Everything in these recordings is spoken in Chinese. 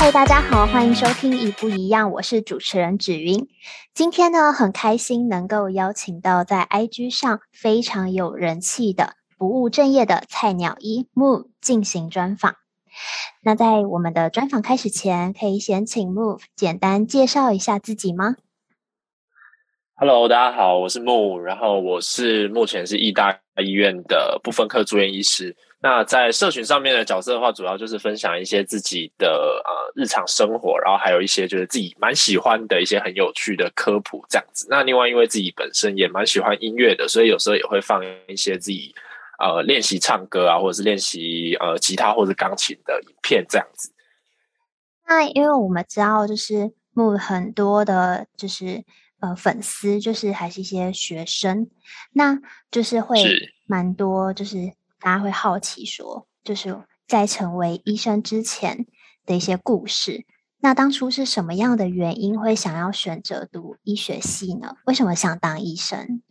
嗨，大家好，欢迎收听一不一样，我是主持人芷云。今天呢，很开心能够邀请到在 IG 上非常有人气的不务正业的菜鸟一 Move 进行专访。那在我们的专访开始前，可以先请 Move 简单介绍一下自己吗？ Hello，大家好，我是木，然后我是目前是义大医院的不分科住院医师。那在社群上面的角色的话，主要就是分享一些自己的日常生活，然后还有一些就是自己蛮喜欢的一些很有趣的科普这样子。那另外因为自己本身也蛮喜欢音乐的，所以有时候也会放一些自己练习唱歌啊，或者是练习吉他或者钢琴的影片这样子。 那因为我们知道，就是 Move 很多的，就是粉丝，就是还是一些学生，那就是会蛮多，就是大家会好奇说，就是在成为医生之前的一些故事。那当初是什么样的原因会想要选择读医学系呢？为什么想当医生？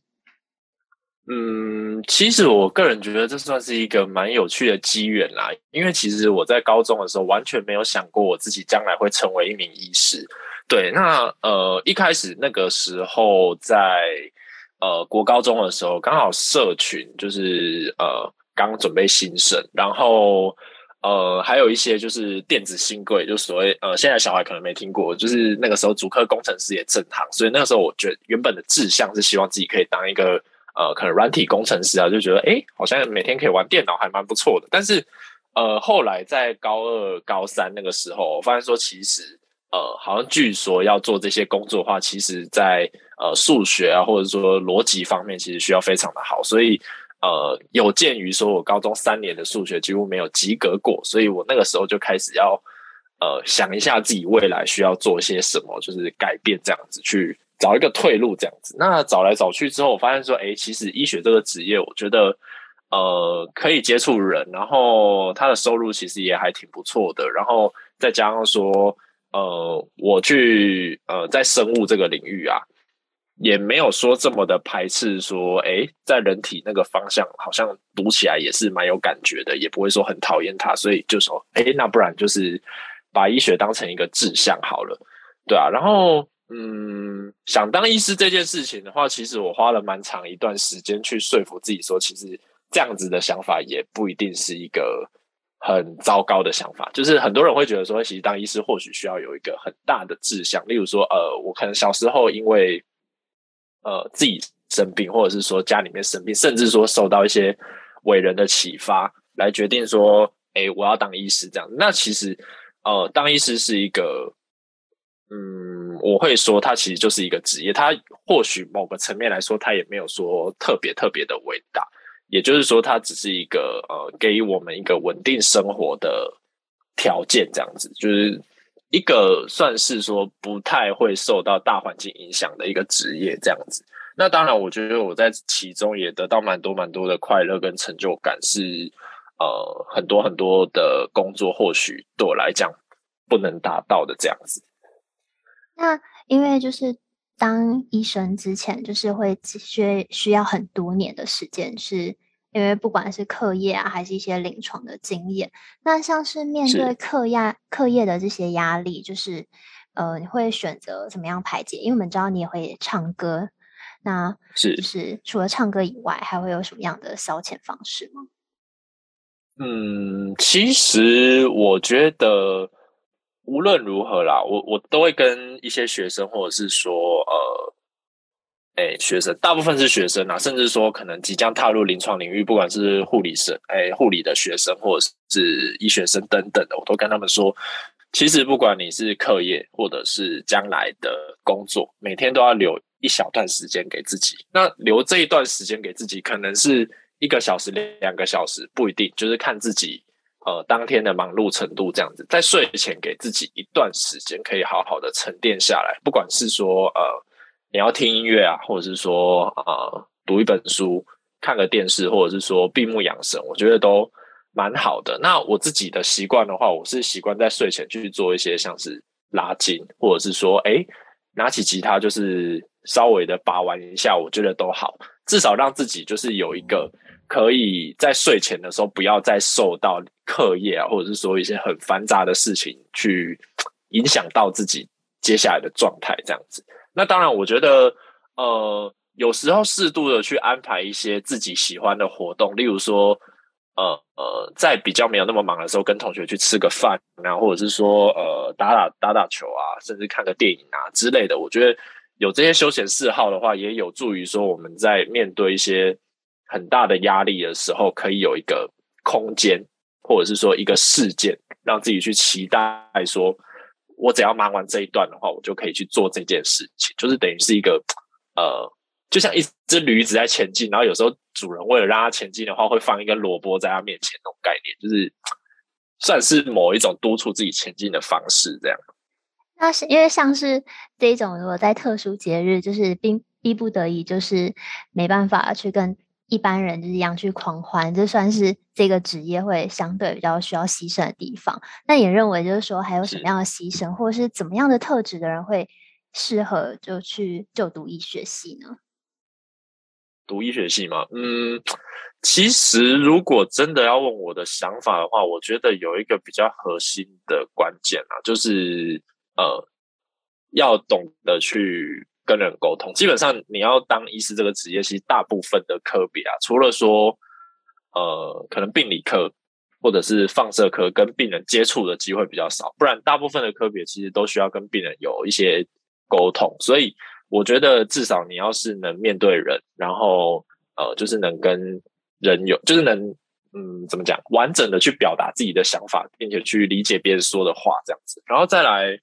其实我个人觉得这算是一个蛮有趣的机缘啦，因为其实我在高中的时候完全没有想过我自己将来会成为一名医师。对，那一开始那个时候在国高中的时候，刚好社群就是刚准备新生，然后还有一些就是电子新贵，就所谓现在小孩可能没听过，就是那个时候主科工程师也正行，所以那个时候我觉得原本的志向是希望自己可以当一个可能软体工程师啊，就觉得好像每天可以玩电脑还蛮不错的。但是后来在高二高三那个时候，我发现说其实好像据说要做这些工作的话，其实在数学啊或者说逻辑方面其实需要非常的好，所以有鉴于说我高中3年的数学几乎没有及格过，所以我那个时候就开始要想一下自己未来需要做些什么，就是改变这样子，去找一个退路这样子。那找来找去之后，我发现说其实医学这个职业我觉得可以接触人，然后他的收入其实也还挺不错的，然后再加上说我去在生物这个领域啊，也没有说这么的排斥说在人体那个方向好像读起来也是蛮有感觉的，也不会说很讨厌它，所以就说那不然就是把医学当成一个志向好了。对啊，然后想当医师这件事情的话，其实我花了蛮长一段时间去说服自己说，其实这样子的想法也不一定是一个很糟糕的想法。就是很多人会觉得说，其实当医师或许需要有一个很大的志向，例如说我可能小时候因为自己生病，或者是说家里面生病，甚至说受到一些伟人的启发，来决定说我要当医师这样。那其实当医师是一个我会说它其实就是一个职业，它或许某个层面来说，它也没有说特别特别的伟大，也就是说，它只是一个给予我们一个稳定生活的条件，这样子，就是一个算是说不太会受到大环境影响的一个职业，这样子。那当然，我觉得我在其中也得到蛮多的快乐跟成就感，是很多很多的工作或许对我来讲不能达到的这样子。 那因为就是当医生之前，就是会需要很多年的时间，是因为不管是课业啊，还是一些临床的经验。那像是面对课业的这些压力，就是你会选择怎么样排解？因为我们知道你也会唱歌，那就是除了唱歌以外，还会有什么样的消遣方式吗？ 其实我觉得无论如何啦，我都会跟一些学生，或者是说学生，大部分是学生啊，甚至说可能即将踏入临床领域，不管是护理生，护理的学生，或者是医学生等等的，我都跟他们说，其实不管你是课业或者是将来的工作，每天都要留一小段时间给自己。那留这一段时间给自己，可能是1个小时、2个小时，不一定，就是看自己当天的忙碌程度这样子。在睡前给自己一段时间，可以好好的沉淀下来，不管是说你要听音乐啊，或者是说读一本书、看个电视，或者是说闭目养神，我觉得都蛮好的。那我自己的习惯的话，我是习惯在睡前去做一些像是拉筋，或者是说拿起吉他就是稍微的把玩一下，我觉得都好。 至少让自己就是有一个可以在睡前的时候不要再受到课业啊，或者是说一些很繁杂的事情去影响到自己接下来的状态这样子。那当然我觉得有时候适度的去安排一些自己喜欢的活动，例如说在比较没有那么忙的时候跟同学去吃个饭啊，或者是说打球啊，甚至看个电影啊之类的。我觉得有这些休闲嗜好的话，也有助于说我们在面对一些很大的压力的时候，可以有一个空间，或者是说一个事件，让自己去期待说，我只要忙完这一段的话，我就可以去做这件事情，就是等于是一个就像一只驴子在前进，然后有时候主人为了让它前进的话，会放一根萝卜在它面前，那种概念，就是算是某一种督促自己前进的方式，这样。 那是因为像是这一种，如果在特殊节日，就是逼不得已，就是没办法去跟一般人就是一样去狂欢，这算是这个职业会相对比较需要牺牲的地方。那也认为就是说，还有什么样的牺牲，或者是怎么样的特质的人会适合就去就读医学系呢？ 读医学系吗？其实如果真的要问我的想法的话，我觉得有一个比较核心的关键啊，就是要懂得去跟人沟通。基本上你要当医师这个职业，其实大部分的科别啊，除了说可能病理科或者是放射科跟病人接触的机会比较少，不然大部分的科别其实都需要跟病人有一些沟通。所以我觉得至少你要是能面对人，然后就是能跟人就是能怎么讲，完整的去表达自己的想法，并且去理解别人说的话这样子。然后再来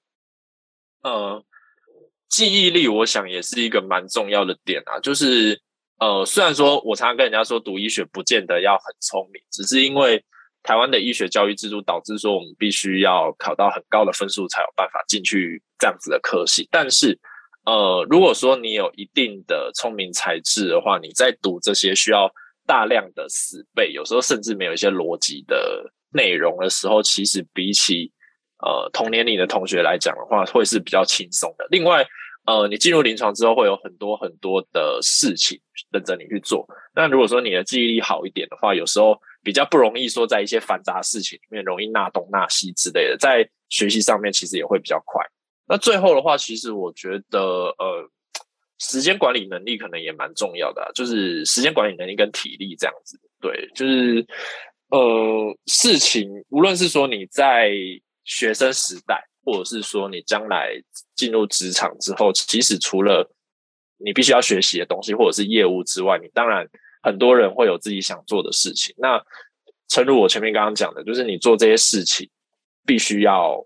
记忆力我想也是一个蛮重要的点啊，就是虽然说我常常跟人家说读医学不见得要很聪明，只是因为台湾的医学教育制度导致说我们必须要考到很高的分数才有办法进去这样子的科系。但是如果说你有一定的聪明才智的话，你在读这些需要大量的死背，有时候甚至没有一些逻辑的内容的时候，其实比起同年龄的同学来讲的话，会是比较轻松的。另外你进入临床之后，会有很多很多的事情等着你去做。那如果说你的记忆力好一点的话，有时候比较不容易说在一些繁杂事情里面容易纳东纳西之类的，在学习上面其实也会比较快。那最后的话，其实我觉得时间管理能力可能也蛮重要的啊，就是时间管理能力跟体力这样子。对，就是事情无论是说你在学生时代，或者是说你将来进入职场之后，其实除了你必须要学习的东西或者是业务之外，你当然很多人会有自己想做的事情。那诚如我前面刚刚讲的，就是你做这些事情必须要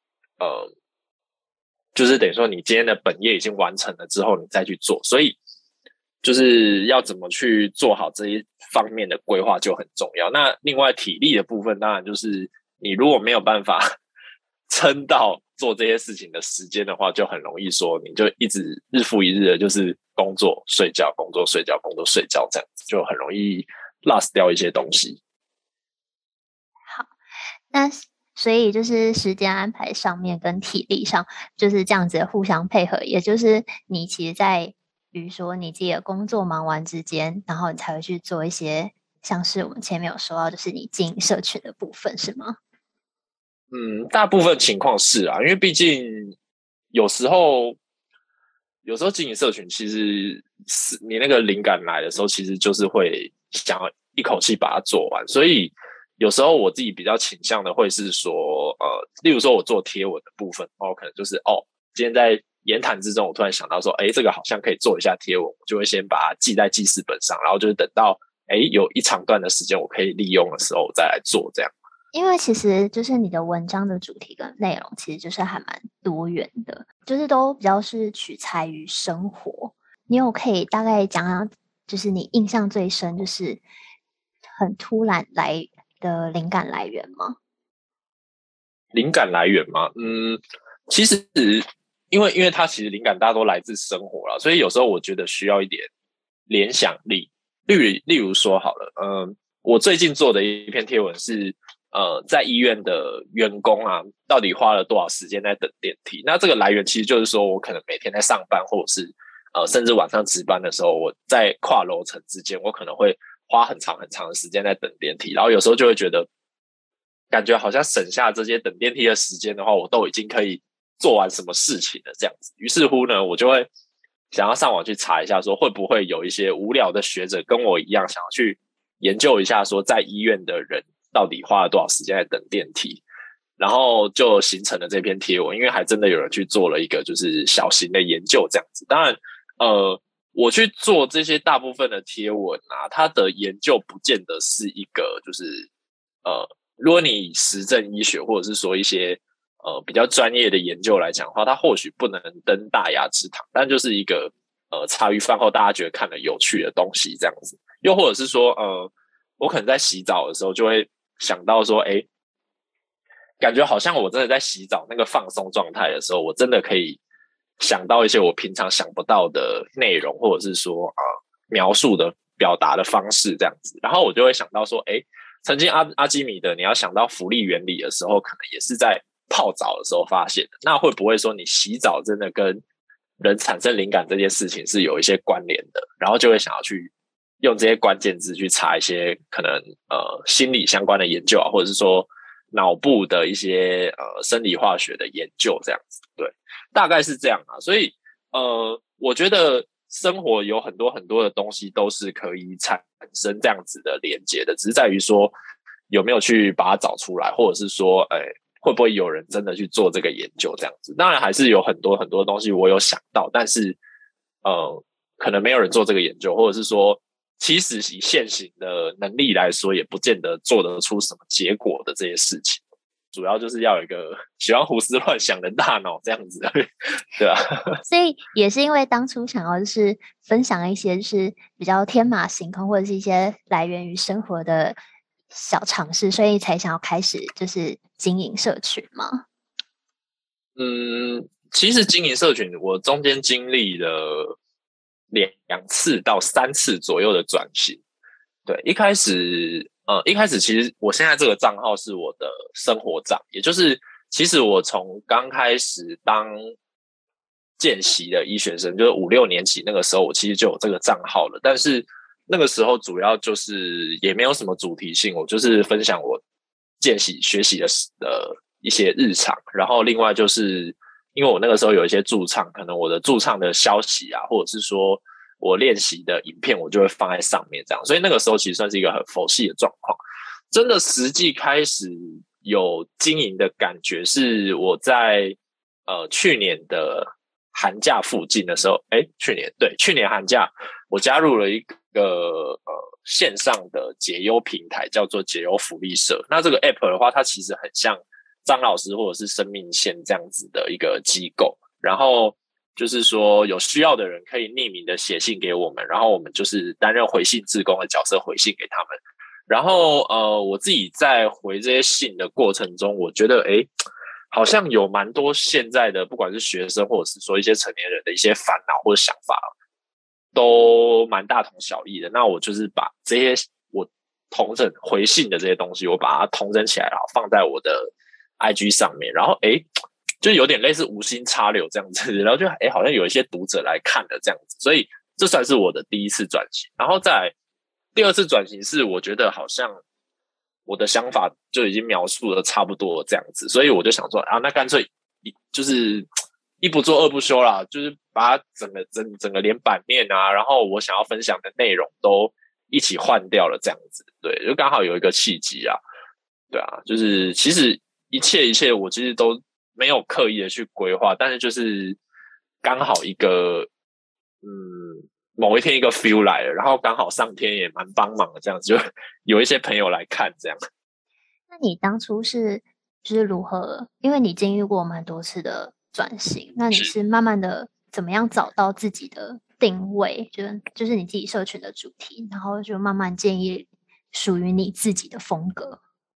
就是等于说你今天的本业已经完成了之后，你再去做，所以就是要怎么去做好这一方面的规划就很重要。那另外体力的部分，当然就是你如果没有办法撑到做这些事情的时间的话，就很容易说你就一直日复一日的就是工作睡觉工作睡觉工作睡觉这样子，就很容易 lost 掉一些东西。 好，那所以就是时间安排上面跟体力上就是这样子的互相配合，也就是你其实在比如说你自己的工作忙完之间，然后你才会去做一些像是我们前面有说到，就是你经营社群的部分，是吗？ 大部分情况是啊，因为毕竟有时候经营社群，其实是你那个灵感来的时候，其实就是会想要一口气把它做完。所以有时候我自己比较倾向的会是说，例如说我做贴文的部分，可能就是今天在言谈之中，我突然想到说，这个好像可以做一下贴文，我就会先把它记在记事本上，然后就是等到有一长段的时间我可以利用的时候，我再来做这样。 因为其实就是你的文章的主题跟内容，其实就是还蛮多元的，就是都比较是取材于生活。你有可以大概讲讲，就是你印象最深，就是很突然来的灵感来源吗？ 灵感来源吗？其实因为它其实灵感大家都来自生活啦，所以有时候我觉得需要一点联想力。例如说好了，我最近做的一篇贴文是在医院的员工啊，到底花了多少时间在等电梯？那这个来源其实就是说我可能每天在上班，或者是甚至晚上值班的时候，我在跨楼层之间，我可能会花很长很长的时间在等电梯，然后有时候就会觉得，感觉好像省下这些等电梯的时间的话，我都已经可以做完什么事情了这样子。于是乎呢，我就会想要上网去查一下，说会不会有一些无聊的学者跟我一样，想要去研究一下，说在医院的人到底花了多少时间在等电梯。然后就形成了这篇贴文，因为还真的有人去做了一个就是小型的研究这样子。当然，我去做这些大部分的贴文啊，它的研究不见得是一个就是如果你以实证医学或者是说一些比较专业的研究来讲的话，它或许不能登大雅之堂，但就是一个茶余饭后大家觉得看了有趣的东西这样子。又或者是说我可能在洗澡的时候就会想到说，感觉好像我真的在洗澡那个放松状态的时候，我真的可以想到一些我平常想不到的内容，或者是说描述的表达的方式这样子。然后我就会想到说，曾经阿基米德你要想到浮力原理的时候，可能也是在泡澡的时候发现的。那会不会说你洗澡真的跟人产生灵感这件事情是有一些关联的？然后就会想要去用这些关键字去查一些可能心理相关的研究啊，或者是说脑部的一些生理化学的研究这样子。对，大概是这样啊。所以我觉得生活有很多很多的东西都是可以产生这样子的连接的，只是在于说有没有去把它找出来，或者是说会不会有人真的去做这个研究这样子。当然还是有很多很多东西我有想到，但是可能没有人做这个研究，或者是说其实以现行的能力来说，也不见得做得出什么结果的这些事情。主要就是要有一个喜欢胡思乱想的大脑这样子，对吧？ 所以也是因为当初想要就是分享一些就是比较天马行空或者是一些来源于生活的小尝试，所以才想要开始就是经营社群吗？ 其实经营社群，我中间经历了2次到3次左右的转型。对，一开始其实我现在这个账号是我的生活账，也就是其实我从刚开始当见习的医学生，就是5、6年级那个时候，我其实就有这个账号了。但是那个时候主要就是也没有什么主题性，我就是分享我见习学习的一些日常，然后另外就是因为我那个时候有一些驻唱，可能我的驻唱的消息啊，或者是说我练习的影片，我就会放在上面这样，所以那个时候其实算是一个很佛系的状况。真的实际开始有经营的感觉是我在去年的寒假附近的时候，去年寒假我加入了一个线上的解忧平台，叫做解忧福利社。那这个 app 的话，它其实很像张老师或者是生命线这样子的一个机构，然后就是说有需要的人可以匿名的写信给我们，然后我们就是担任回信志工的角色，回信给他们。然后我自己在回这些信的过程中，我觉得好像有蛮多现在的不管是学生或者是说一些成年人的一些烦恼或者想法，都蛮大同小异的。那我就是把这些我统整回信的这些东西，我把它统整起来，然后放在我的 IG 上面，然后就有点类似无心插柳这样子，然后就好像有一些读者来看了这样子，所以这算是我的第一次转型。然后再来第二次转型是我觉得好像我的想法就已经描述的差不多这样子，所以我就想说那干脆就是一不做二不休啦，就是把它整个连版面啊，然后我想要分享的内容都一起换掉了这样子。对，就刚好有一个契机啊。对啊，就是其实一切我其实都没有刻意的去规划，但是就是刚好一个某一天一个 feel 来了，然后刚好上天也蛮帮忙的，这样子就有一些朋友来看这样。 那你当初就是如何？因为你经历过蛮多次的转型，那你是慢慢的怎么样找到自己的定位，就是你自己社群的主题，然后就慢慢建立属于你自己的风格。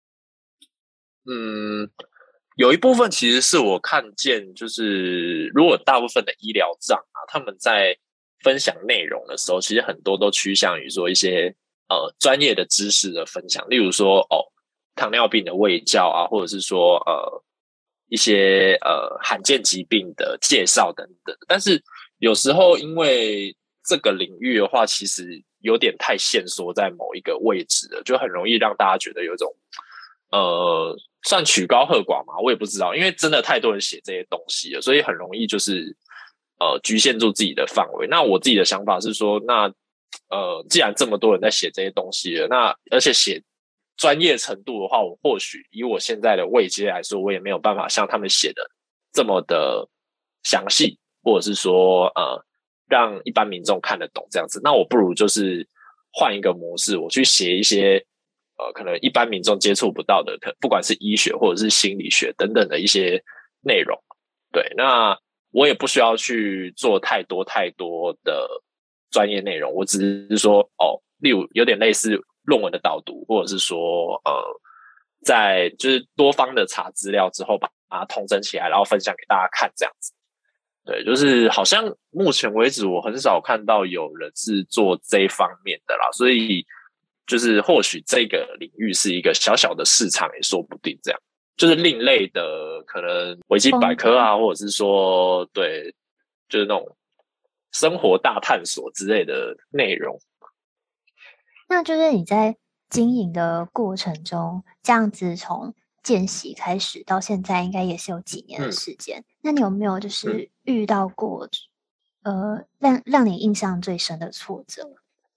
有一部分其实是我看见，就是如果大部分的医疗账啊，他们在分享内容的时候，其实很多都趋向于说一些专业的知识的分享，例如说糖尿病的卫教啊，或者是说一些罕见疾病的介绍等等。但是有时候因为这个领域的话，其实有点太限缩在某一个位置了，就很容易让大家觉得有一种算曲高和寡嘛，我也不知道，因为真的太多人写这些东西了，所以很容易就是局限住自己的范围。那我自己的想法是说，那既然这么多人在写这些东西了，那而且写专业程度的话，我或许以我现在的位阶来说，我也没有办法像他们写的这么的详细，或者是说让一般民众看得懂这样子。那我不如就是换一个模式，我去写一些可能一般民众接触不到的，不管是医学或者是心理学等等的一些内容。对，那我也不需要去做太多的专业内容，我只是说例如有点类似论文的导读，或者是说在就是多方的查资料之后把它统整起来，然后分享给大家看这样子。对，就是好像目前为止我很少看到有人是做这一方面的啦，所以就是或许这个领域是一个小小的市场也说不定，这样就是另类的可能维基百科啊，或者是说对，就是那种生活大探索之类的内容。 那就是你在经营的过程中，这样子从见习开始到现在，应该也是有几年的时间。那你有没有就是遇到过让你印象最深的挫折？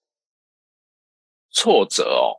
挫折哦，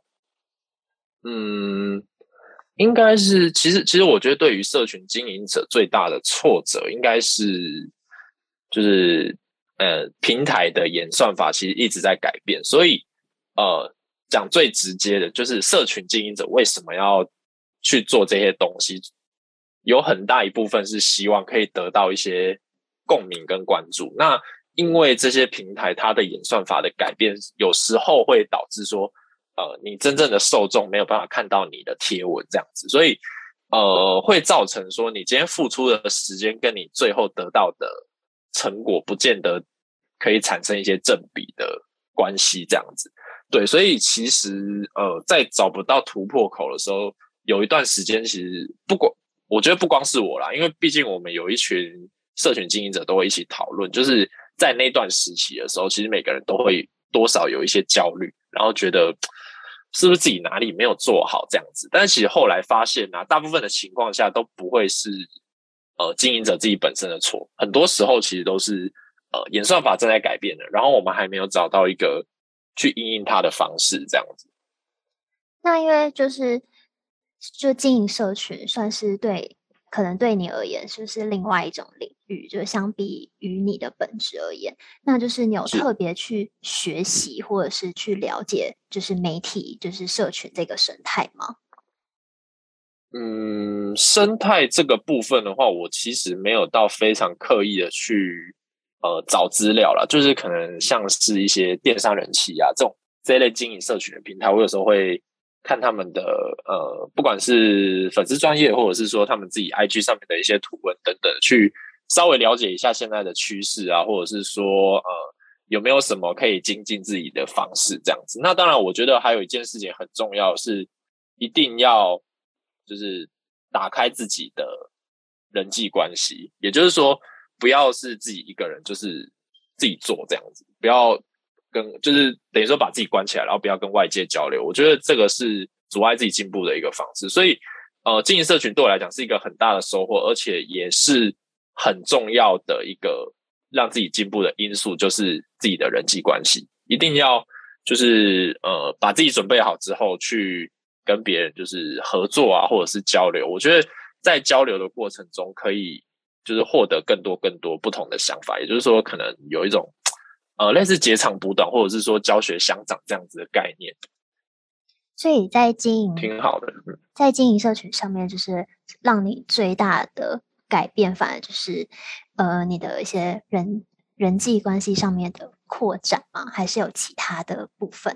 应该是其实我觉得对于社群经营者最大的挫折，应该是就是平台的演算法其实一直在改变，所以讲最直接的，就是社群经营者为什么要去做这些东西，有很大一部分是希望可以得到一些共鸣跟关注。那因为这些平台它的演算法的改变，有时候会导致说，你真正的受众没有办法看到你的贴文这样子，所以会造成说你今天付出的时间跟你最后得到的成果，不见得可以产生一些正比的关系这样子。对，所以其实在找不到突破口的时候，有一段时间其实我觉得不光是我啦，因为毕竟我们有一群社群经营者都会一起讨论，就是在那段时期的时候，其实每个人都会多少有一些焦虑，然后觉得是不是自己哪里没有做好这样子。但是其实后来发现大部分的情况下都不会是经营者自己本身的错，很多时候其实都是演算法正在改变的，然后我们还没有找到一个去因应它的方式这样子。 那因为就经营社群，算是可能对你而言就是另外一种领域，就相比于你的本质而言，那就是你有特别去学习或者是去了解，就是媒体就是社群这个生态吗？ 生态这个部分的话，我其实没有到非常刻意的去找资料啦，就是可能像是一些电商人气啊这一类经营社群的平台，我有时候会看他们的不管是粉丝专页，或者是说他们自己 IG 上面的一些图文等等，去稍微了解一下现在的趋势啊，或者是说有没有什么可以精进自己的方式这样子。那当然，我觉得还有一件事情很重要，是一定要就是打开自己的人际关系，也就是说，不要是自己一个人，就是自己做这样子，不要就是等于说把自己关起来，然后不要跟外界交流。我觉得这个是阻碍自己进步的一个方式。所以，经营社群对我来讲是一个很大的收获，而且也是很重要的一个让自己进步的因素，就是自己的人际关系，一定要就是把自己准备好之后去跟别人就是合作啊，或者是交流。我觉得在交流的过程中，可以就是获得更多不同的想法，也就是说，可能有一种类似截长补短，或者是说教学相长这样子的概念。 所以在经营挺好的， 在经营社群上面，就是让你最大的改变，反而就是你的一些人际关系上面的扩展吗？还是有其他的部分？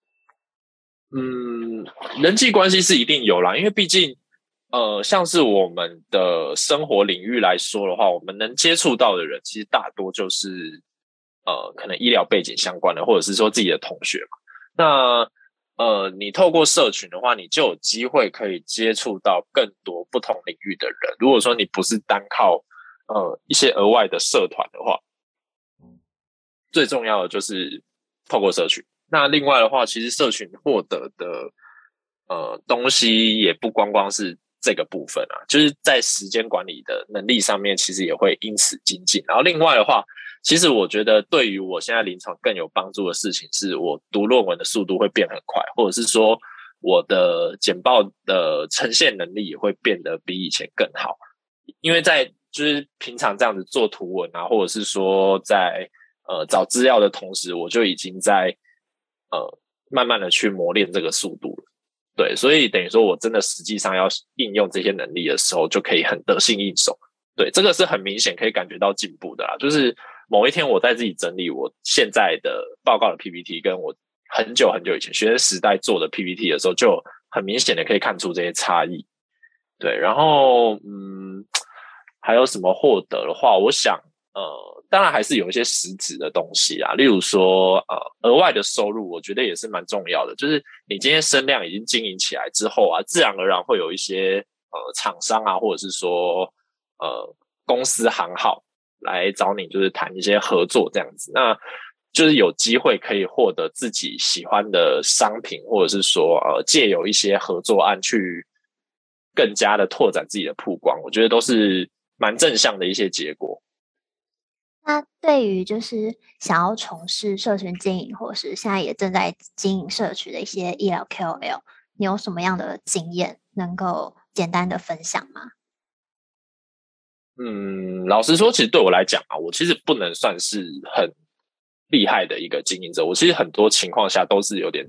人际关系是一定有啦，因为毕竟像是我们的生活领域来说的话，我们能接触到的人，其实大多就是可能医疗背景相关的，或者是说自己的同学嘛。那你透过社群的话，你就有机会可以接触到更多不同领域的人。如果说你不是单靠一些额外的社团的话， 最重要的就是透过社群。那另外的话，其实社群获得的东西也不光光是这个部分啊，就是在时间管理的能力上面，其实也会因此精进。然后另外的话，其实我觉得对于我现在临床更有帮助的事情，是我读论文的速度会变很快，或者是说我的简报的呈现能力也会变得比以前更好。因为在就是平常这样子做图文啊，或者是说在找资料的同时，我就已经在慢慢的去磨练这个速度了。对，所以等于说我真的实际上要应用这些能力的时候，就可以很得心应手。对，这个是很明显可以感觉到进步的啦。就是某一天我在自己整理我现在的报告的 PPT， 跟我很久很久以前学生时代做的 PPT 的时候，就很明显的可以看出这些差异。对，然后还有什么获得的话，我想当然还是有一些实质的东西啊，例如说额外的收入，我觉得也是蛮重要的。就是你今天声量已经经营起来之后啊，自然而然会有一些厂商啊，或者是说公司行号来找你，就是谈一些合作这样子。那就是有机会可以获得自己喜欢的商品，或者是说借由一些合作案去更加的拓展自己的曝光，我觉得都是蛮正向的一些结果。 那对于就是想要从事社群经营，或是现在也正在经营社区的一些医疗 KOL，你有什么样的经验能够简单的分享吗？ 老实说，其实对我来讲啊，我其实不能算是很厉害的一个经营者，我其实很多情况下都是有点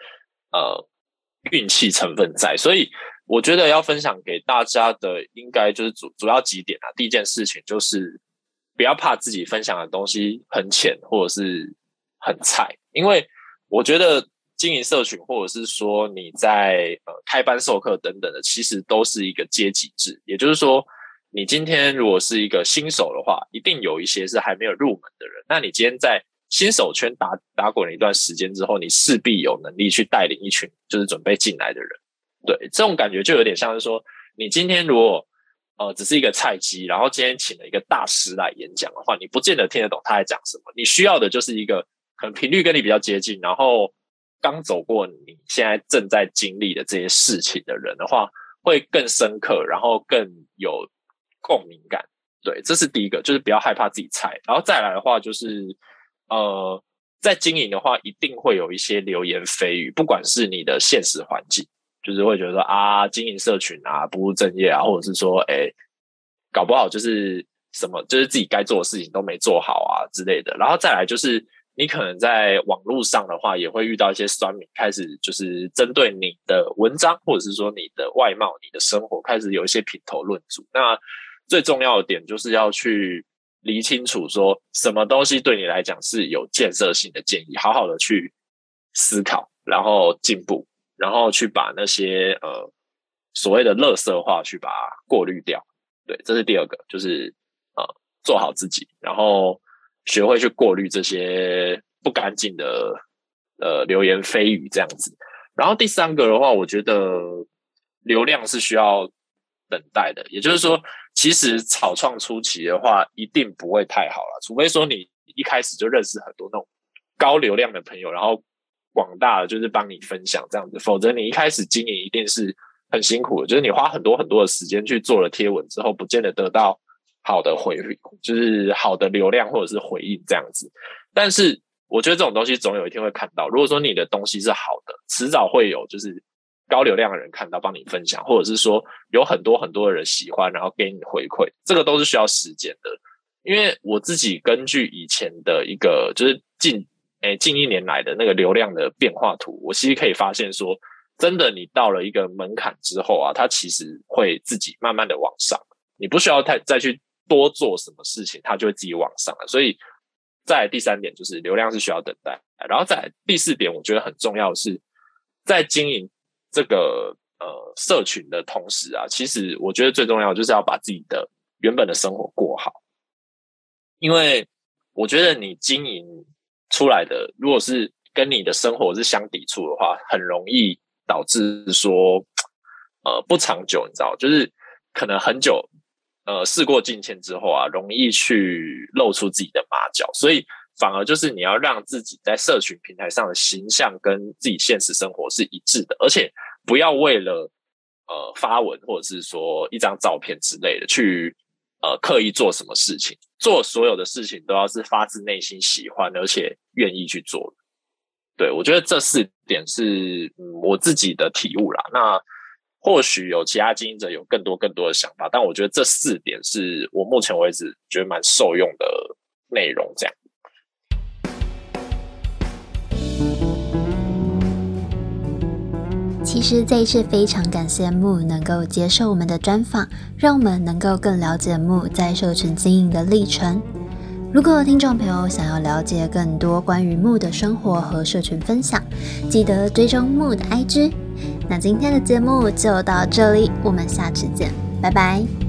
运气成分在，所以我觉得要分享给大家的应该就是主要几点啊。第一件事情就是不要怕自己分享的东西很浅或者是很菜，因为我觉得经营社群或者是说你在开班授课等等的，其实都是一个阶级制，也就是说你今天如果是一个新手的话，一定有一些是还没有入门的人，那你今天在新手圈打滚了一段时间之后，你势必有能力去带领一群就是准备进来的人。对，这种感觉就有点像是说，你今天如果只是一个菜鸡，然后今天请了一个大师来演讲的话，你不见得听得懂他在讲什么。你需要的就是一个可能频率跟你比较接近，然后刚走过你现在正在经历的这些事情的人的话，会更深刻，然后更有共鸣感。对，这是第一个，就是不要害怕自己菜。然后再来的话，就是在经营的话，一定会有一些流言蜚语，不管是你的现实环境，就是会觉得说啊，经营社群啊，不务正业啊，或者是说，搞不好就是什么，就是自己该做的事情都没做好啊之类的。然后再来就是，你可能在网络上的话，也会遇到一些酸民，开始就是针对你的文章，或者是说你的外貌、你的生活，开始有一些评头论足。那最重要的点就是要去理清楚说什么东西对你来讲是有建设性的建议，好好的去思考，然后进步，然后去把那些所谓的垃圾话去把它过滤掉。对，这是第二个，就是做好自己，然后学会去过滤这些不干净的流言蜚语这样子。然后第三个的话，我觉得流量是需要等待的，也就是说，其实草创初期的话，一定不会太好了，除非说你一开始就认识很多那种高流量的朋友，然后广大的就是帮你分享这样子，否则你一开始经营一定是很辛苦的，就是你花很多很多的时间去做了贴文之后，不见得得到好的就是好的流量或者是回应这样子。但是我觉得这种东西总有一天会看到，如果说你的东西是好的，迟早会有就是高流量的人看到帮你分享，或者是说有很多很多的人喜欢，然后给你回馈，这个都是需要时间的。因为我自己根据以前的一个就是近一年来的那个流量的变化图，我其实可以发现说，真的你到了一个门槛之后啊，它其实会自己慢慢的往上，你不需要再去多做什么事情，它就会自己往上了。所以再来第三点就是流量是需要等待，然后再来第四点，我觉得很重要的是在经营这个社群的同时啊，其实我觉得最重要的就是要把自己的原本的生活过好，因为我觉得你经营出来的，如果是跟你的生活是相抵触的话，很容易导致说不长久，你知道，就是可能很久事过境迁之后啊，容易去露出自己的马脚。所以反而就是你要让自己在社群平台上的形象跟自己现实生活是一致的，而且不要为了发文或者是说一张照片之类的去刻意做什么事情，做所有的事情都要是发自内心喜欢而且愿意去做的。对，我觉得这4点是我自己的体悟啦。那或许有其他经营者有更多的想法，但我觉得这4点是我目前为止觉得蛮受用的内容。这样。 其实这一次非常感谢木能够接受我们的专访，让我们能够更了解木在社群经营的历程。如果听众朋友想要了解更多关于木的生活和社群分享，记得追踪木的 IG。那今天的节目就到这里，我们下次见，拜拜。